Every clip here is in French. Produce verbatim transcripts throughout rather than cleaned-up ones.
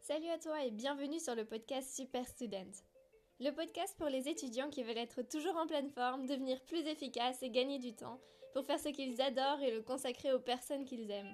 Salut à toi et bienvenue sur le podcast Super Student. Le podcast pour les étudiants qui veulent être toujours en pleine forme, devenir plus efficaces et gagner du temps pour faire ce qu'ils adorent et le consacrer aux personnes qu'ils aiment.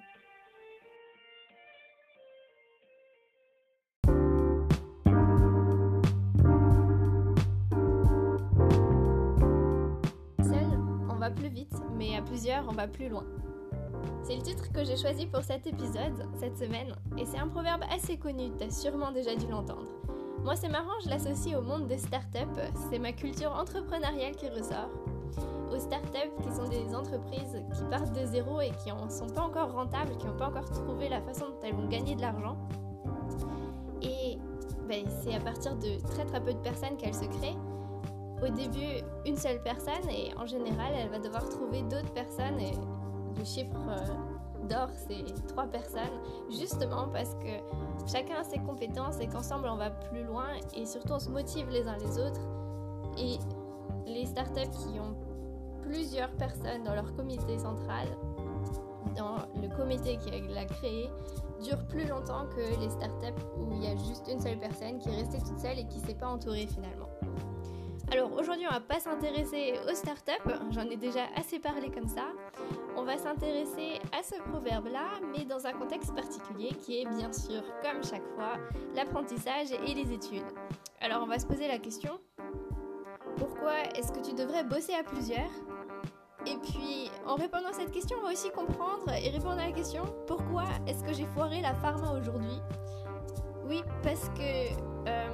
Seul, on va plus vite, mais à plusieurs, on va plus loin. C'est le titre que j'ai choisi pour cet épisode, cette semaine, et c'est un proverbe assez connu, t'as sûrement déjà dû l'entendre. Moi c'est marrant, je l'associe au monde des startups, c'est ma culture entrepreneuriale qui ressort. Aux startups qui sont des entreprises qui partent de zéro et qui ne sont pas encore rentables, qui n'ont pas encore trouvé la façon dont elles vont gagner de l'argent. Et ben, c'est à partir de très très peu de personnes qu'elles se créent. Au début, une seule personne et en général, elle va devoir trouver d'autres personnes et le chiffre d'or, c'est trois personnes, justement parce que chacun a ses compétences et qu'ensemble on va plus loin et surtout on se motive les uns les autres. Et les startups qui ont plusieurs personnes dans leur comité central, dans le comité qui l'a créé, durent plus longtemps que les startups où il y a juste une seule personne qui est restée toute seule et qui ne s'est pas entourée finalement. Alors aujourd'hui on va pas s'intéresser aux startups, j'en ai déjà assez parlé comme ça. On va s'intéresser à ce proverbe-là, mais dans un contexte particulier qui est bien sûr, comme chaque fois, l'apprentissage et les études. Alors on va se poser la question, pourquoi est-ce que tu devrais bosser à plusieurs ? Et puis en répondant à cette question, on va aussi comprendre et répondre à la question, pourquoi est-ce que j'ai foiré la pharma aujourd'hui ? Oui, parce que euh,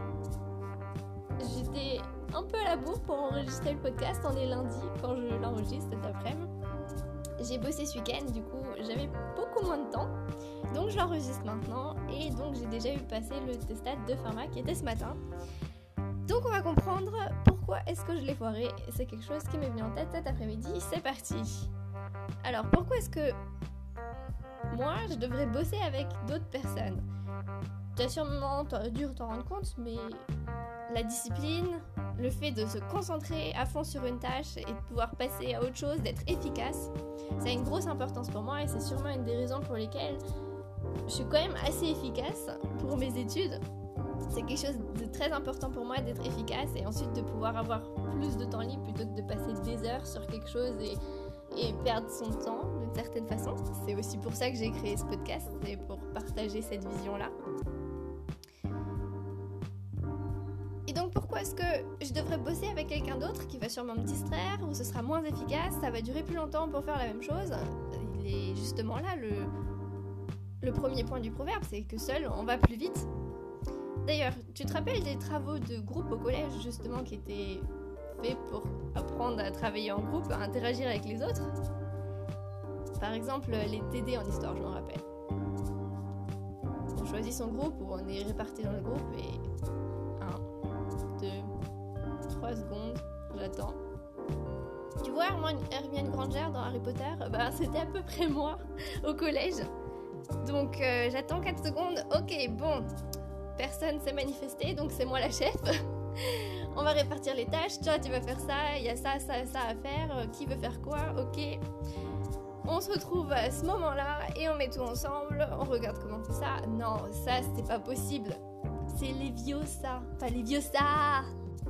j'étais un peu à la bourre pour enregistrer le podcast, on est lundi quand je l'enregistre cet après-midi. J'ai bossé ce week-end, du coup j'avais beaucoup moins de temps, donc je l'enregistre maintenant et donc j'ai déjà eu passé le testat de pharma qui était ce matin. Donc on va comprendre pourquoi est-ce que je l'ai foiré, c'est quelque chose qui m'est venu en tête cet après-midi, c'est parti. Alors pourquoi est-ce que moi je devrais bosser avec d'autres personnes ? Tu as sûrement dû t'en rendre compte, mais la discipline, le fait de se concentrer à fond sur une tâche et de pouvoir passer à autre chose, d'être efficace, ça a une grosse importance pour moi et c'est sûrement une des raisons pour lesquelles je suis quand même assez efficace pour mes études. C'est quelque chose de très important pour moi d'être efficace et ensuite de pouvoir avoir plus de temps libre plutôt que de passer des heures sur quelque chose et, et perdre son temps d'une certaine façon. C'est aussi pour ça que j'ai créé ce podcast, c'est pour partager cette vision-là. Et donc pourquoi est-ce que je devrais bosser avec quelqu'un d'autre qui va sûrement me distraire ou ce sera moins efficace, ça va durer plus longtemps pour faire la même chose ? Il est justement là le, le premier point du proverbe, c'est que seul on va plus vite. D'ailleurs, tu te rappelles des travaux de groupe au collège justement qui étaient faits pour apprendre à travailler en groupe, à interagir avec les autres ? Par exemple les T D en histoire, je me rappelle. On choisit son groupe ou on est répartis dans le groupe et trois secondes, j'attends. Tu vois Hermione Granger dans Harry Potter ? Bah, c'était à peu près moi au collège. Donc euh, j'attends quatre secondes. Ok, bon, personne s'est manifesté, donc c'est moi la chef. On va répartir les tâches. Toi, tu vas faire ça, il y a ça, ça, ça à faire. Qui veut faire quoi ? Ok. On se retrouve à ce moment-là et on met tout ensemble. On regarde comment on fait ça. Non, ça, c'est pas possible. C'est Leviosa, pas Leviosa.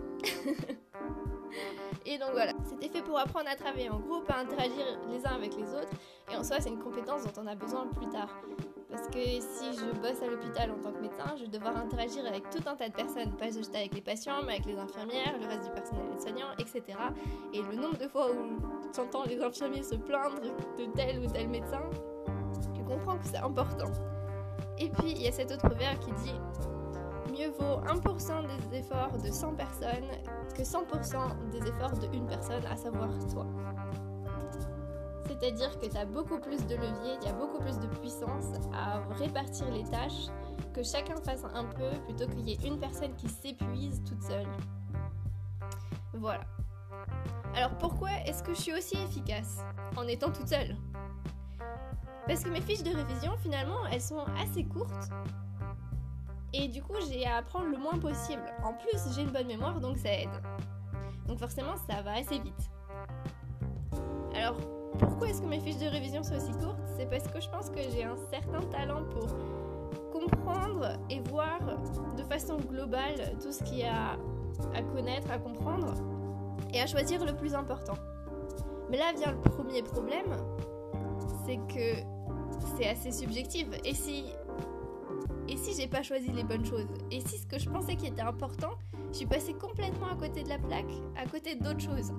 Et donc voilà, c'était fait pour apprendre à travailler en groupe, à interagir les uns avec les autres. Et en soi, c'est une compétence dont on a besoin plus tard. Parce que si je bosse à l'hôpital en tant que médecin, je vais devoir interagir avec tout un tas de personnes. Pas juste avec les patients, mais avec les infirmières, le reste du personnel soignant, et cetera. Et le nombre de fois où j'entends les infirmiers se plaindre de tel ou tel médecin, tu comprends que c'est important. Et puis, il y a cet autre proverbe qui dit « Mieux vaut un pour cent des efforts de cent personnes que cent pour cent des efforts d'une personne, à savoir toi. » C'est-à-dire que tu as beaucoup plus de levier, il y a beaucoup plus de puissance à répartir les tâches, que chacun fasse un peu plutôt qu'il y ait une personne qui s'épuise toute seule. Voilà. Alors pourquoi est-ce que je suis aussi efficace en étant toute seule ? Parce que mes fiches de révision, finalement, elles sont assez courtes. Et du coup, j'ai à apprendre le moins possible. En plus, j'ai une bonne mémoire, donc ça aide. Donc forcément, ça va assez vite. Alors, pourquoi est-ce que mes fiches de révision sont aussi courtes ? C'est parce que je pense que j'ai un certain talent pour comprendre apprendre et voir de façon globale tout ce qu'il y a à connaître, à comprendre et à choisir le plus important. Mais là vient le premier problème, c'est que c'est assez subjectif. Et si, et si j'ai pas choisi les bonnes choses? Et si ce que je pensais qui était important, je suis passée complètement à côté de la plaque, à côté d'autres choses?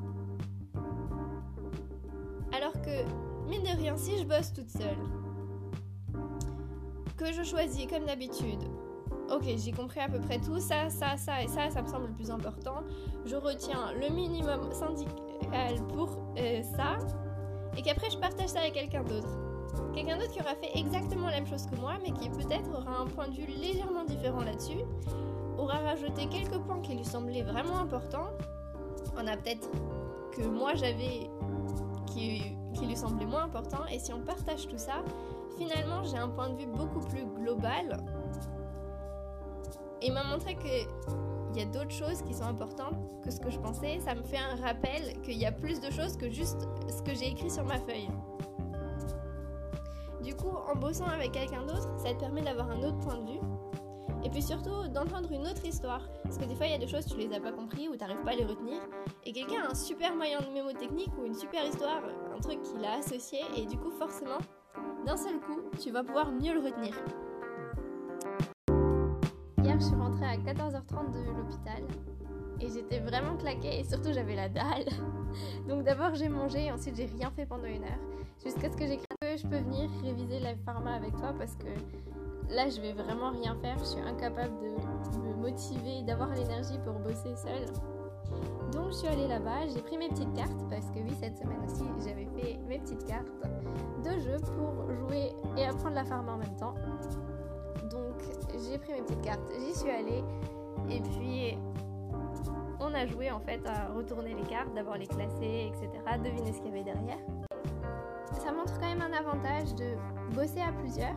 Alors que, mine de rien, si je bosse toute seule, que je choisis comme d'habitude, ok, j'ai compris à peu près tout, ça, ça, ça et ça, ça me semble le plus important, je retiens le minimum syndical pour euh, ça, et qu'après je partage ça avec quelqu'un d'autre. Quelqu'un d'autre qui aura fait exactement la même chose que moi, mais qui peut-être aura un point de vue légèrement différent là-dessus, aura rajouté quelques points qui lui semblaient vraiment importants, on a peut-être que moi j'avais qui, qui lui semblait moins important, et si on partage tout ça, finalement j'ai un point de vue beaucoup plus global, et il m'a montré qu'il y a d'autres choses qui sont importantes que ce que je pensais. Ça me fait un rappel qu'il y a plus de choses que juste ce que j'ai écrit sur ma feuille. Du coup, en bossant avec quelqu'un d'autre, ça te permet d'avoir un autre point de vue. Et puis surtout, d'entendre une autre histoire. Parce que des fois, il y a des choses, tu les as pas compris ou t'arrives pas à les retenir. Et quelqu'un a un super moyen de mémotechnique ou une super histoire, un truc qu'il a associé. Et du coup, forcément, d'un seul coup, tu vas pouvoir mieux le retenir. Hier, je suis rentrée à quatorze heures trente de l'hôpital. Et j'étais vraiment claquée et surtout, j'avais la dalle. Donc d'abord, j'ai mangé et ensuite, j'ai rien fait pendant une heure. Jusqu'à ce que j'ai cru que je peux venir réviser la pharma avec toi parce que là, je vais vraiment rien faire. Je suis incapable de me motiver, d'avoir l'énergie pour bosser seule. Donc, je suis allée là-bas. J'ai pris mes petites cartes parce que oui, cette semaine aussi, j'avais fait mes petites cartes de jeu pour jouer et apprendre la pharma en même temps. Donc, j'ai pris mes petites cartes. J'y suis allée et puis on a joué en fait à retourner les cartes, d'abord les classer, et cetera. Deviner ce qu'il y avait derrière. Ça montre quand même un avantage de bosser à plusieurs.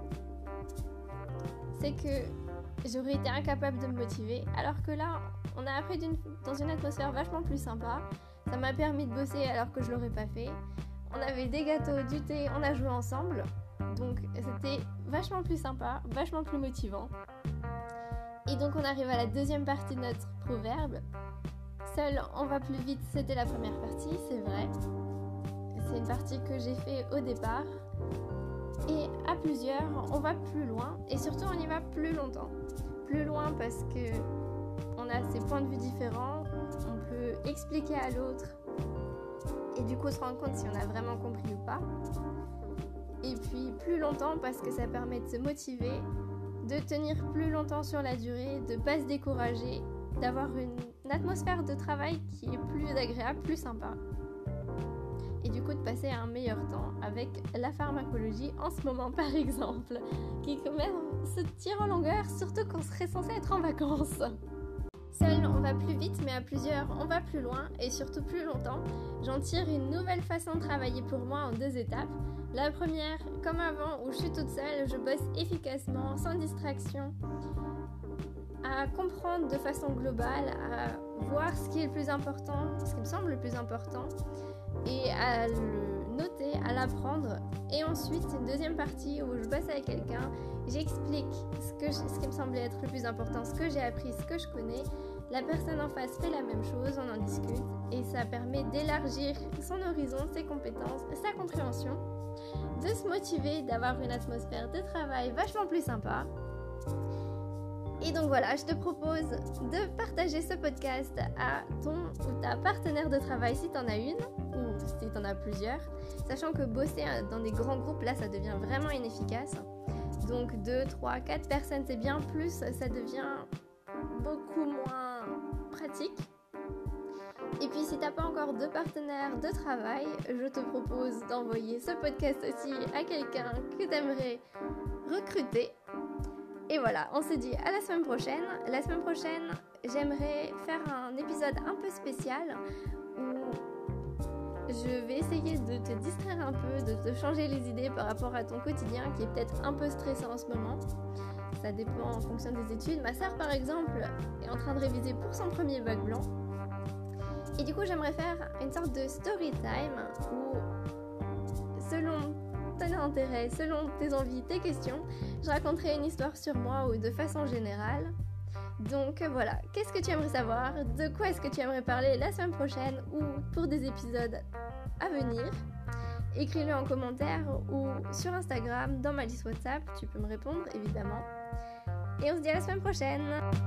C'est que j'aurais été incapable de me motiver, alors que là, on a appris d'une, dans une atmosphère vachement plus sympa. Ça m'a permis de bosser alors que je l'aurais pas fait. On avait des gâteaux, du thé, on a joué ensemble. Donc c'était vachement plus sympa, vachement plus motivant. Et donc on arrive à la deuxième partie de notre proverbe. Seul, on va plus vite, c'était la première partie, c'est vrai. C'est une partie que j'ai fait au départ. Et à plusieurs, on va plus loin et surtout on y va plus longtemps. Plus loin parce que on a ses points de vue différents, on peut expliquer à l'autre et du coup se rendre compte si on a vraiment compris ou pas. Et puis plus longtemps parce que ça permet de se motiver, de tenir plus longtemps sur la durée, de pas se décourager, d'avoir une, une atmosphère de travail qui est plus agréable, plus sympa. Et du coup de passer un meilleur temps avec la pharmacologie en ce moment par exemple, qui quand même se tire en longueur, surtout qu'on serait censé être en vacances. Seul, on va plus vite, mais à plusieurs, on va plus loin et surtout plus longtemps. J'en tire une nouvelle façon de travailler pour moi en deux étapes. La première, comme avant, où je suis toute seule, je bosse efficacement, sans distraction, à comprendre de façon globale, à voir ce qui est le plus important, ce qui me semble le plus important, et à le noter, à l'apprendre. Et ensuite, une deuxième partie où je bosse avec quelqu'un, j'explique ce, que je, ce qui me semblait être le plus important, ce que j'ai appris, ce que je connais. La personne en face fait la même chose, on en discute, et ça permet d'élargir son horizon, ses compétences, sa compréhension, de se motiver, d'avoir une atmosphère de travail vachement plus sympa. Et donc voilà, je te propose de partager ce podcast à ton ou ta partenaire de travail si tu en as une ou si tu en as plusieurs, sachant que bosser dans des grands groupes, là, ça devient vraiment inefficace. Donc deux, trois, quatre personnes, c'est bien, plus ça devient beaucoup moins pratique. Et puis si tu n'as pas encore de partenaire de travail, je te propose d'envoyer ce podcast aussi à quelqu'un que tu aimerais recruter. Et voilà, on se dit à la semaine prochaine. La semaine prochaine, j'aimerais faire un épisode un peu spécial où je vais essayer de te distraire un peu, de te changer les idées par rapport à ton quotidien qui est peut-être un peu stressant en ce moment. Ça dépend en fonction des études. Ma sœur, par exemple, est en train de réviser pour son premier bac blanc. Et du coup, j'aimerais faire une sorte de story time où, selon ton intérêt, selon tes envies, tes questions, je raconterai une histoire sur moi ou de façon générale. Donc voilà, qu'est-ce que tu aimerais savoir? De quoi est-ce que tu aimerais parler la semaine prochaine ou pour des épisodes à venir? Écris-le en commentaire ou sur Instagram, dans ma liste WhatsApp, tu peux me répondre évidemment. Et on se dit à la semaine prochaine.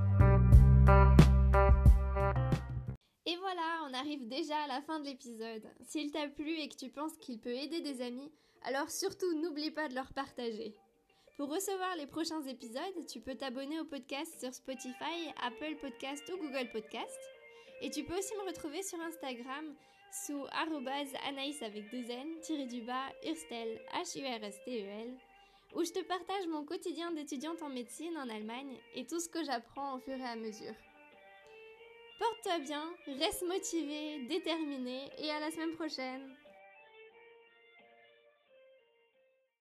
Et voilà, on arrive déjà à la fin de l'épisode. S'il t'a plu et que tu penses qu'il peut aider des amis, alors surtout n'oublie pas de leur partager. Pour recevoir les prochains épisodes, tu peux t'abonner au podcast sur Spotify, Apple Podcast ou Google Podcast. Et tu peux aussi me retrouver sur Instagram sous arobase anaïs avec deux n, tiré du bas, Hurstel, H U R S T E L, où je te partage mon quotidien d'étudiante en médecine en Allemagne et tout ce que j'apprends au fur et à mesure. Porte-toi bien, reste motivé, déterminé et à la semaine prochaine.